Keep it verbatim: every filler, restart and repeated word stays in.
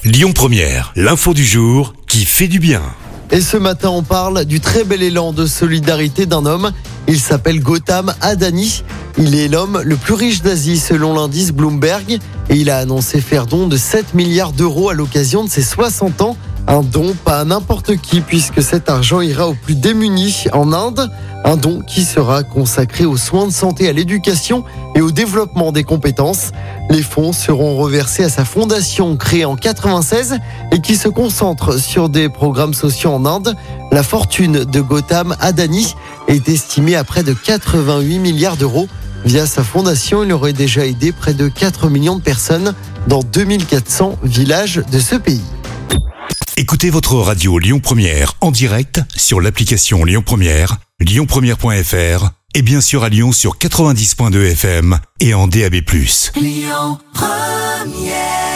Lyon Première, l'info du jour qui fait du bien. Et ce matin, on parle du très bel élan de solidarité d'un homme. Il s'appelle Gautam Adani. Il est l'homme le plus riche d'Asie selon l'indice Bloomberg. Et il a annoncé faire don de sept milliards d'euros à l'occasion de ses soixante ans. Un don pas à n'importe qui puisque cet argent ira aux plus démunis en Inde. Un don qui sera consacré aux soins de santé, à l'éducation et au développement des compétences. Les fonds seront reversés à sa fondation créée en quatre-vingt-seize et qui se concentre sur des programmes sociaux en Inde. La fortune de Gautam Adani est estimée à près de quatre-vingt-huit milliards d'euros. Via sa fondation, il aurait déjà aidé près de quatre millions de personnes dans deux mille quatre cents villages de ce pays. Écoutez votre radio Lyon Première en direct sur l'application Lyon Première, lyon première point f r et bien sûr à Lyon sur quatre-vingt-dix virgule deux F M et en D A B plus. Lyon Première.